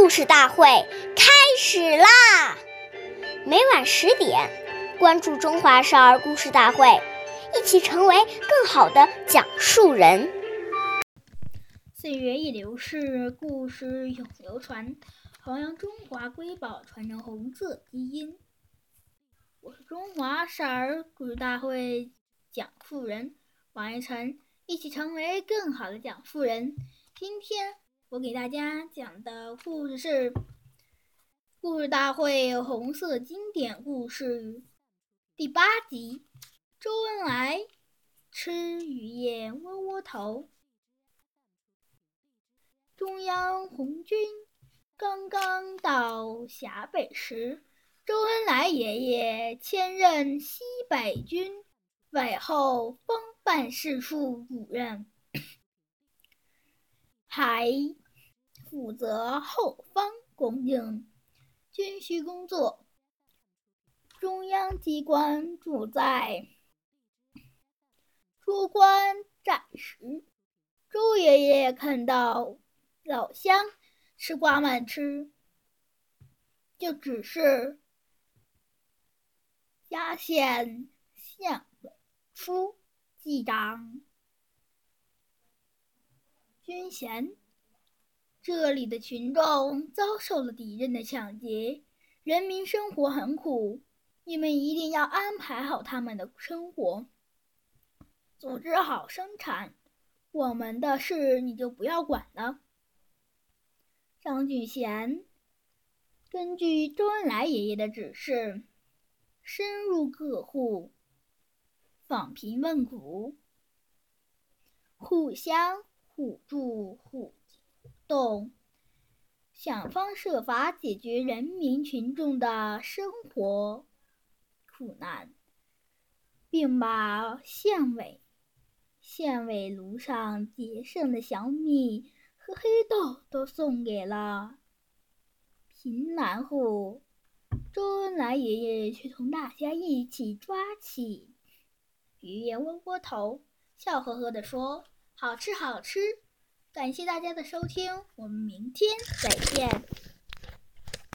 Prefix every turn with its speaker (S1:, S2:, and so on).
S1: 故事大会开始啦！每晚10点，关注中华少儿故事大会，一起成为更好的讲述人。
S2: 岁月易流逝，故事永流传，弘扬中华瑰宝，传承红色基因。我是中华少儿故事大会讲述人王一晨，一起成为更好的讲述人。今天我给大家讲的故事是故事大会红色经典故事第8集，周恩来吃雨夜窝窝头。中央红军刚刚到陕北时，周恩来爷爷迁任西北军委后方办事处主任，还负责后方供应军需工作。中央机关住在出关站时，周爷爷看到老乡吃瓜慢吃，就只是压县县委书记长军衔。这里的群众遭受了敌人的抢劫，人民生活很苦，你们一定要安排好他们的生活，组织好生产，我们的事你就不要管了。张俊贤根据周恩来爷爷的指示，深入各户，访贫问苦，互相互助互动，想方设法解决人民群众的生活苦难，并把县委炉上结剩的小米和黑豆都送给了贫难户。周恩来爷爷却同大家一起抓起雨夜窝窝头，笑呵呵地说：“好吃好吃！”感谢大家的收听，我们明天再见。